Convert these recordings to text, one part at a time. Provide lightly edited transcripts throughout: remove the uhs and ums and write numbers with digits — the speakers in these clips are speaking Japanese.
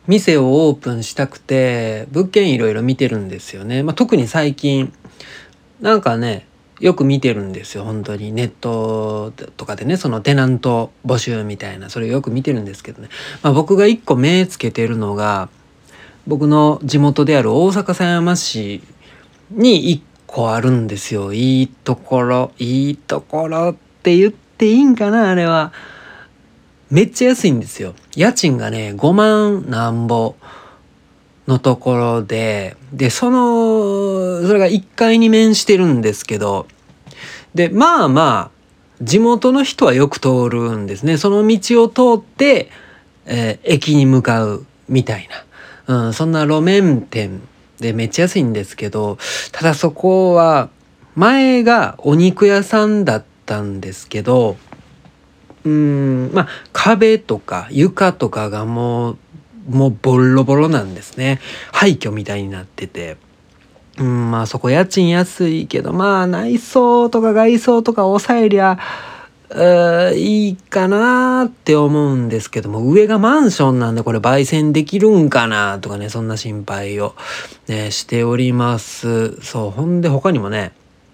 店をオープンしたくて物件いろいろ見てるんですよね。特に最近なんかね、よく見てるんですよ。本当にネットとかでね、そのテナント募集みたいな、それをよく見てるんですけどね。僕が一個目つけてるのが、僕の地元である大阪狭山市に一個あるんですよ。いいところって言っていいんかな、あれは。めっちゃ安いんですよ。家賃がね、5万なんぼのところで、それが1階に面してるんですけど、で、地元の人はよく通るんですね。その道を通って、駅に向かうみたいな。そんな路面店でめっちゃ安いんですけど、ただそこは、前がお肉屋さんだったんですけど、壁とか床とかがもうボロボロなんですね。廃墟みたいになってて。そこ家賃安いけど、内装とか外装とか抑えりゃ、いいかなって思うんですけども、上がマンションなんでこれ焙煎できるんかなとかね、そんな心配を、ね、しております。そう、ほんで他にもね、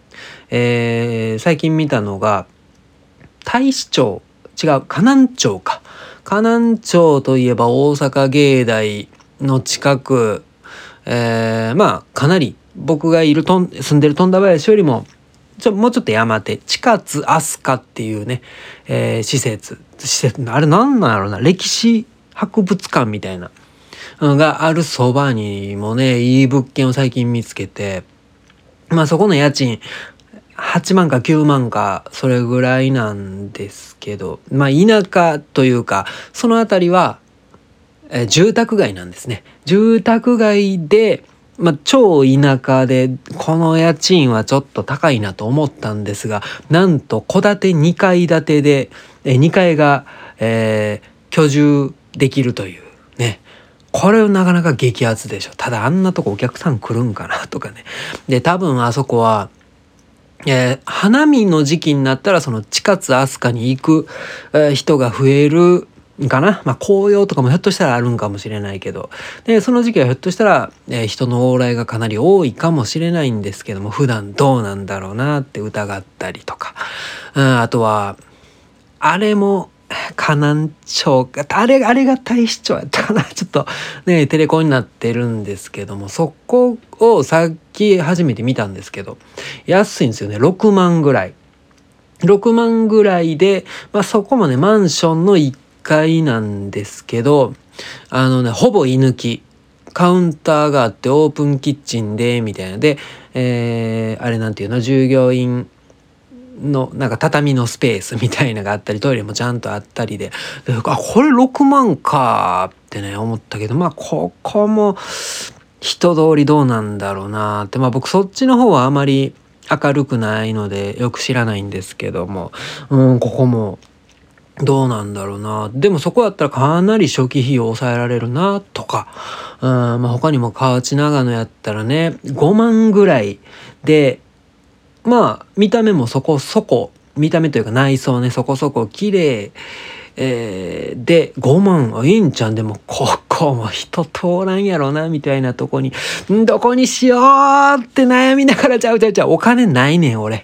最近見たのが、太子町、河南町か。河南町といえば大阪芸大の近く、かなり僕が住んでる富田林よりももうちょっと山手、地下津飛鳥っていうね、施設、あれなんなんやろな、歴史博物館みたいな、があるそばにもね、いい物件を最近見つけて、そこの家賃、8万か9万か、それぐらいなんですけど、田舎というか、そのあたりは、住宅街なんですね。住宅街で、超田舎で、この家賃はちょっと高いなと思ったんですが、なんと戸建て2階建てで、2階が、居住できるというね。これなかなか激アツでしょ。ただあんなとこお客さん来るんかなとかね。で、多分あそこは、花見の時期になったらその地下津飛鳥に行く、人が増えるかな。紅葉とかもひょっとしたらあるんかもしれないけど。で、その時期はひょっとしたら、人の往来がかなり多いかもしれないんですけども、普段どうなんだろうなって疑ったりとか。あとは、あれも、河南町か、あれが太子町やったかな。ちょっとね、テレコになってるんですけども、そこをさっき初めて見たんですけど、安いんですよね。6万ぐらい。6万ぐらいで、そこもね、マンションの1階なんですけど、ほぼ居抜き。カウンターがあってオープンキッチンで、みたいな。で、あれなんていうの、従業員のなんか畳のスペースみたいなのがあったり、トイレもちゃんとあったりで、これ6万かってね思ったけど、ここも人通りどうなんだろうなって。僕そっちの方はあまり明るくないのでよく知らないんですけども、ここもどうなんだろうな。でもそこだったらかなり初期費用抑えられるなとか、他にも河内長野やったらね、5万ぐらいで、見た目もそこそこ、見た目というか内装ね、そこそこ綺麗、で、5万、いいんちゃん。でも、ここも人通らんやろな、みたいなとこに、どこにしようって悩みながら、お金ないねん、俺。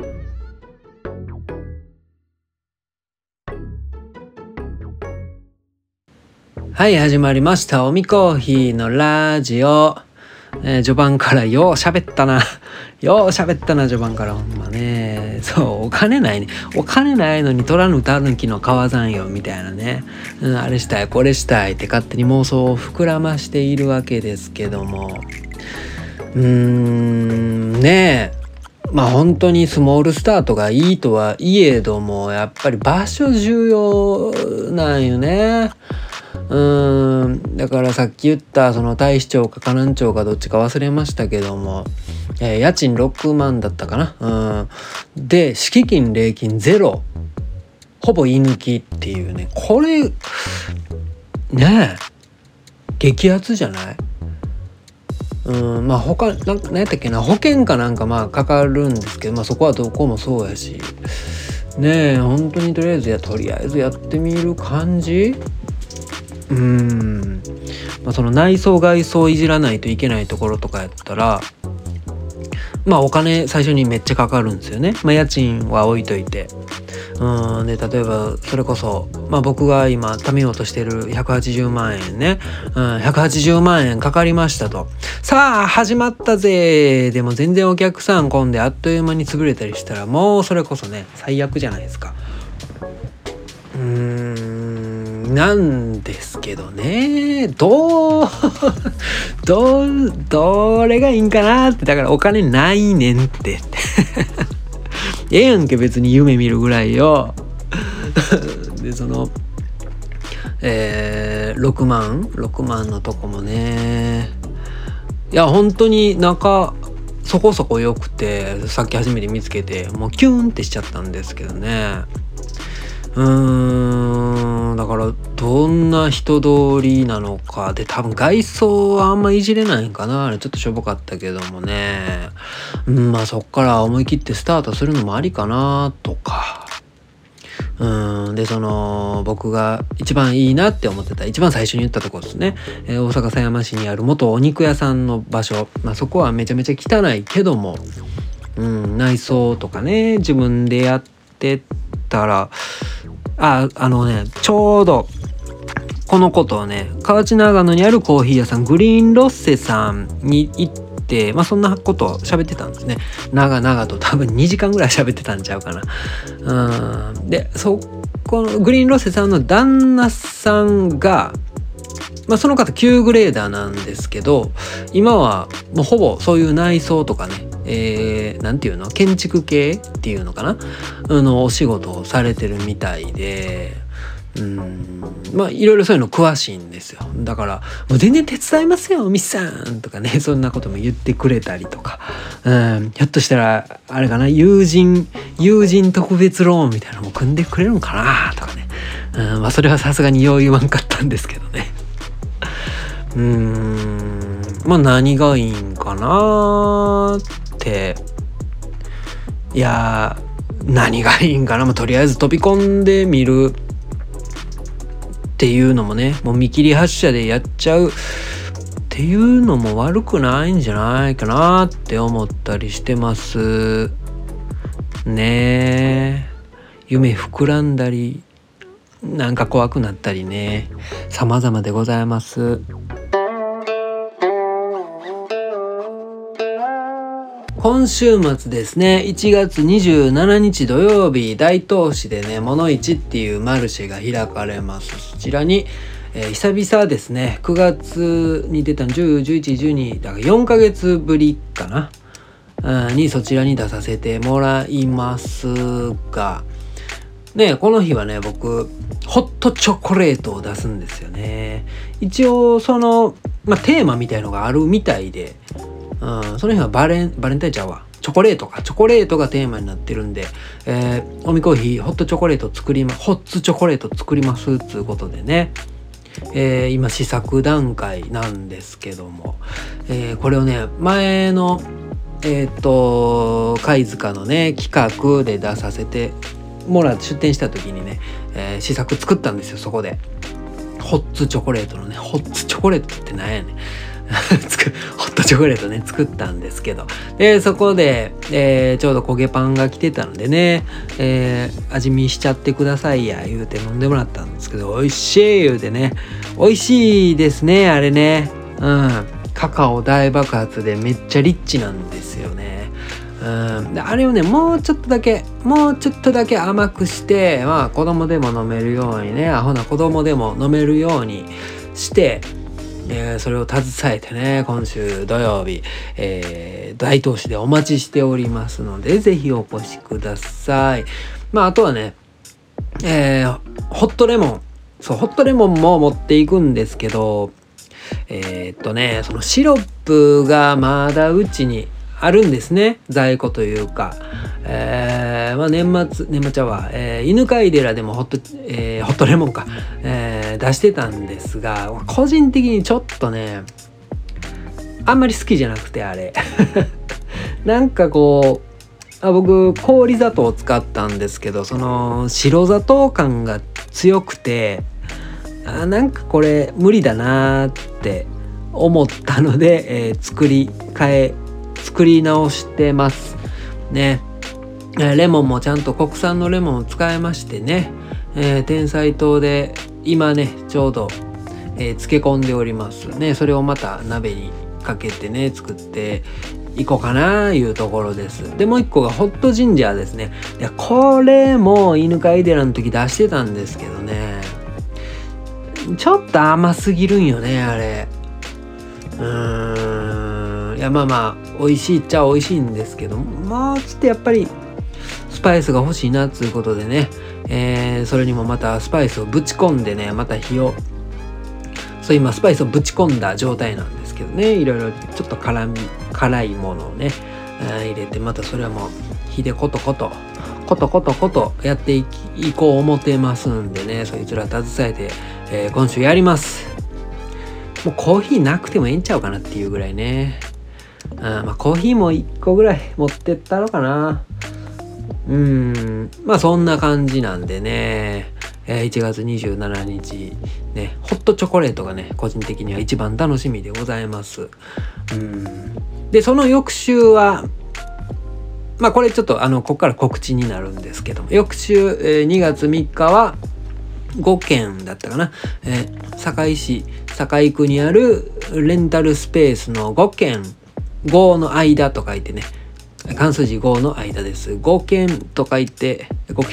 はい、始まりました。おみコーヒーのラジオ。序盤からよう喋ったな序盤からほんまね。そう、お金ないね。お金ないのに取らぬたぬきの川山よみたいなね、あれしたいこれしたいって勝手に妄想を膨らましているわけですけども、ねえ、本当にスモールスタートがいいとはいえども、やっぱり場所重要なんよね。だからさっき言ったその太子町か河南町かどっちか忘れましたけども、家賃6万だったかな。で敷金礼金ゼロ、ほぼ居抜きっていうね、これねえ激アツじゃない？他何やったっけな、保険かなんかかかるんですけど、そこはどこもそうやしねえ、本当にとりあえずやってみる感じ。 その内装外装をいじらないといけないところとかやったらお金最初にめっちゃかかるんですよね。家賃は置いといて。で例えばそれこそ、僕が今貯めようとしてる180万円ね、180万円かかりましたと。さあ始まったぜ。でも全然お客さん混んであっという間に潰れたりしたらもうそれこそね最悪じゃないですか。なんですけどね、どれがいいんかなって。だからお金ないねんってええやんけ別に夢見るぐらいよでその6万のとこもね、いや本当に中そこそこ良くて、さっき初めて見つけてもうキュンってしちゃったんですけどね。だからどんな人通りなのかで、多分外装はあんまいじれないんかな。あれちょっとしょぼかったけどもね。そっから思い切ってスタートするのもありかなとか。でその僕が一番いいなって思ってた一番最初に言ったところですね、大阪狭山市にある元お肉屋さんの場所、そこはめちゃめちゃ汚いけども、内装とかね自分でやってたらちょうどこのことをね河内長野にあるコーヒー屋さんグリーンロッセさんに行ってそんなことを喋ってたんですね。長々と多分2時間ぐらい喋ってたんちゃうかな。でそこのグリーンロッセさんの旦那さんがその方旧グレーダーなんですけど、今はもうほぼそういう内装とかね、なんていうの建築系っていうのかなお仕事をされてるみたいで、いろいろそういうの詳しいんですよ。だからもう全然手伝いますよミスさんとかね、そんなことも言ってくれたりとか、ひょっとしたらあれかな友人特別ローンみたいなのも組んでくれるのかなとかね、それはさすがによう言わんかったんですけどね。何がいいんかなって、いや何がいいんかな、とりあえず飛び込んでみるっていうのもね、もう見切り発車でやっちゃうっていうのも悪くないんじゃないかなって思ったりしてますね。夢膨らんだりなんか怖くなったりね、様々でございます。今週末ですね、1月27日土曜日、大東市でね、モノイチっていうマルシェが開かれます。そちらに、久々ですね、9月に出たの10、11、12、だから4ヶ月ぶりかな、にそちらに出させてもらいますが、ね、この日はね、僕、ホットチョコレートを出すんですよね。一応、その、テーマみたいのがあるみたいで、その日はバレンタインちゃうわ。チョコレートがテーマになってるんで、おみコーヒーホッツチョコレート作りますっていうことでね、今試作段階なんですけども、これをね、前の貝塚のね企画で出させてもらって出店した時にね、試作作ったんですよ。そこでホッツチョコレートのね、ホッツチョコレートってなんやねんホットチョコレートね作ったんですけど、そこで、ちょうど焦げパンが来てたのでね、味見しちゃってくださいや言うて飲んでもらったんですけど、美味しい言うてね、美味しいですねあれね。カカオ大爆発でめっちゃリッチなんですよね。であれをねもうちょっとだけ甘くして、子供でも飲めるようにね、アホな子供でも飲めるようにして、それを携えてね、今週土曜日、大東市でお待ちしておりますので、ぜひお越しください。あとはね、ホットレモンも持っていくんですけど、そのシロップがまだうちにあるんですね、在庫というか。年末は、犬飼寺でもホットレモンか、出してたんですが、個人的にちょっとねあんまり好きじゃなくて、あれなんかこう僕氷砂糖を使ったんですけど、その白砂糖感が強くて、 なんかこれ無理だなって思ったので、作り直してますね。レモンもちゃんと国産のレモンを使いましてね、天才糖で今ねちょうど、漬け込んでおりますね。それをまた鍋にかけてね作っていこうかないうところです。でもう一個がホットジンジャーですね。いやこれも犬飼い寺の時出してたんですけどね、ちょっと甘すぎるんよねあれ。いやまあ美味しいっちゃ美味しいんですけど、もうちょっとやっぱりスパイスが欲しいなということでね、それにもまたスパイスをぶち込んでね、また今スパイスをぶち込んだ状態なんですけどね、いろいろちょっと辛いものをね、入れて、またそれはもう火でコトコトやっていこう思ってますんでね、そいつら携えて、今週やります。もうコーヒーなくてもええんちゃうかなっていうぐらいね。コーヒーも1個ぐらい持ってったのかな。そんな感じなんでね、1月27日ね、ホットチョコレートがね個人的には一番楽しみでございます。でその翌週はこれちょっとここから告知になるんですけども、翌週、2月3日は5軒だったかな、堺市堺区にあるレンタルスペースの5軒、5の間と書いてね、漢数字5の間です。5軒と書いて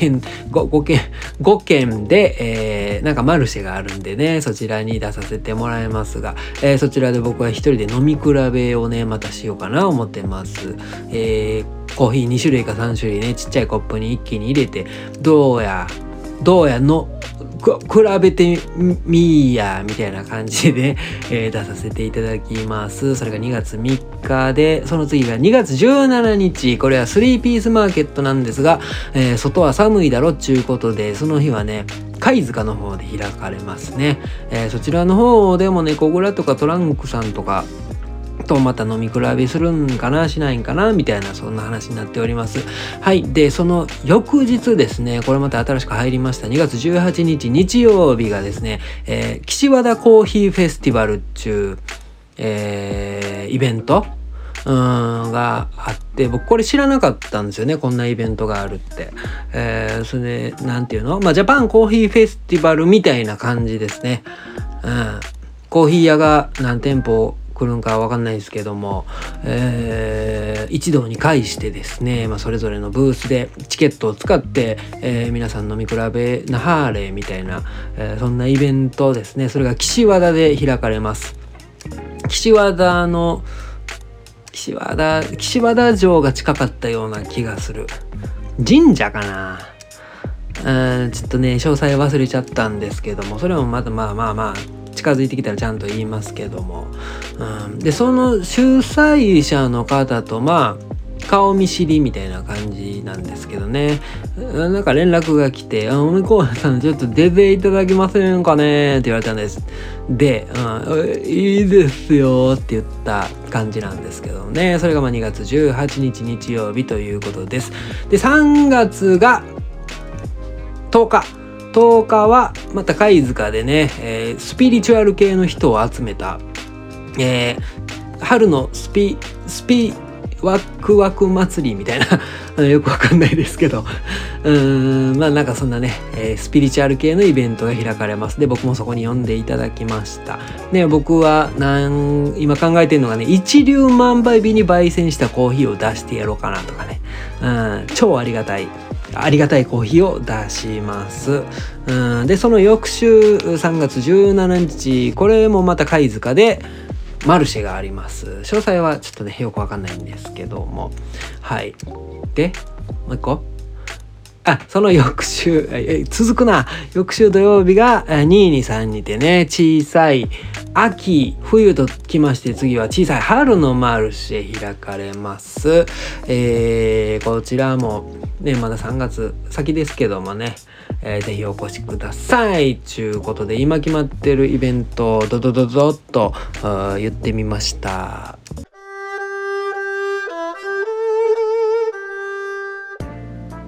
5軒で、なんかマルシェがあるんでね、そちらに出させてもらいますが、そちらで僕は一人で飲み比べをねまたしようかな思ってます。コーヒー2種類か3種類ねちっちゃいコップに一気に入れて、どうやの比べてみーやみたいな感じで、出させていただきます。それが2月3日で、その次が2月17日、これは3ピースマーケットなんですが、外は寒いだろっちゅうことで、その日はね貝塚の方で開かれますね。そちらの方でもね小倉とかトランクさんとかとまた飲み比べするんかなしないんかなみたいな、そんな話になっております。はい。でその翌日ですね、これまた新しく入りました2月18日日曜日がですね、岸和田コーヒーフェスティバルっちゅう、イベントがあって、僕これ知らなかったんですよね、こんなイベントがあるって。それでなんていうの、ジャパンコーヒーフェスティバルみたいな感じですね。コーヒー屋が何店舗来るんかわかんないですけども、一堂に会してですね、それぞれのブースでチケットを使って、皆さん飲み比べなはーれみたいな、そんなイベントですね。それが岸和田で開かれます。岸和田城が近かったような気がする。神社かな。ちょっとね詳細忘れちゃったんですけども、それもまだ近づいてきたらちゃんと言いますけども、でその主催者の方と顔見知りみたいな感じなんですけどね、なんか連絡が来て「おみこさんちょっと出ていただけませんかね」って言われたんです。で「いいですよ」って言った感じなんですけどね。それが2月18日日曜日ということです。で3月が10日はまた貝塚でね、スピリチュアル系の人を集めた、春のスピワクワク祭りみたいなよくわかんないですけどなんかそんなね、スピリチュアル系のイベントが開かれます。で僕もそこに呼んでいただきました。で僕は今考えてるのがね、一粒万倍日に焙煎したコーヒーを出してやろうかなとかね、超ありがたいコーヒーを出します。でその翌週3月17日、これもまた貝塚でマルシェがあります。詳細はちょっとねよくわかんないんですけども、はい。でもう一個、その翌週続くな。翌週土曜日が223にてね、小さい秋冬ときまして、次は小さい春のマルシェ開かれます。こちらもねまだ3月先ですけどもね、ぜひお越しくださいちゅうことで、今決まってるイベントをドドドドッと言ってみました。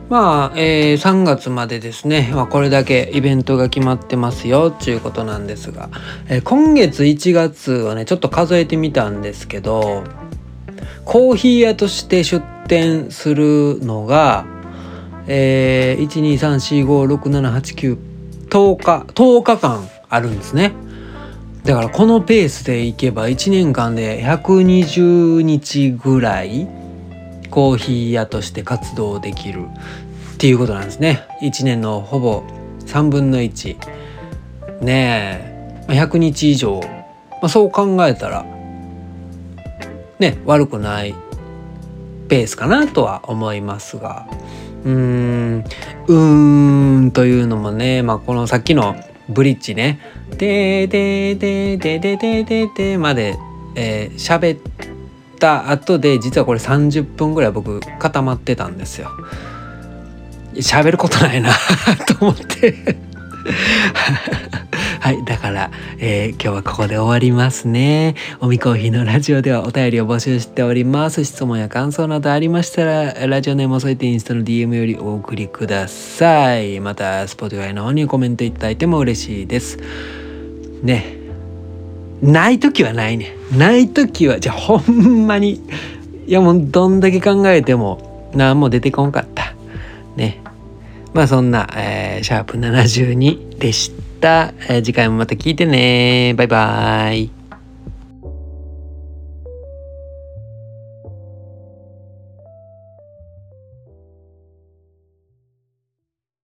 3月までですね、これだけイベントが決まってますよっていうことなんですが、今月1月はねちょっと数えてみたんですけど、コーヒー屋として出店するのが、12345678910日間あるんですね。だからこのペースでいけば1年間で120日ぐらいコーヒー屋として活動できるっていうことなんですね。1年のほぼ3分の1ねえ、100日以上、そう考えたらね悪くないペースかなとは思いますが、というのもね、このさっきのブリッジねでまで喋った後で、実はこれ30分ぐらい僕固まってたんですよ。喋ることないなと思ってはい、だから、今日はここで終わりますね。おみコーヒーのラジオではお便りを募集しております。質問や感想などありましたら、ラジオネームを添えてインスタの DM よりお送りください。また Spotify の方にコメントいただいても嬉しいですね。ないときはないね。ないときはじゃあほんまに、いやもうどんだけ考えても何も出てこんかったね。そんな、シャープ72でした。次回もまた聞いてね。バイバーイ。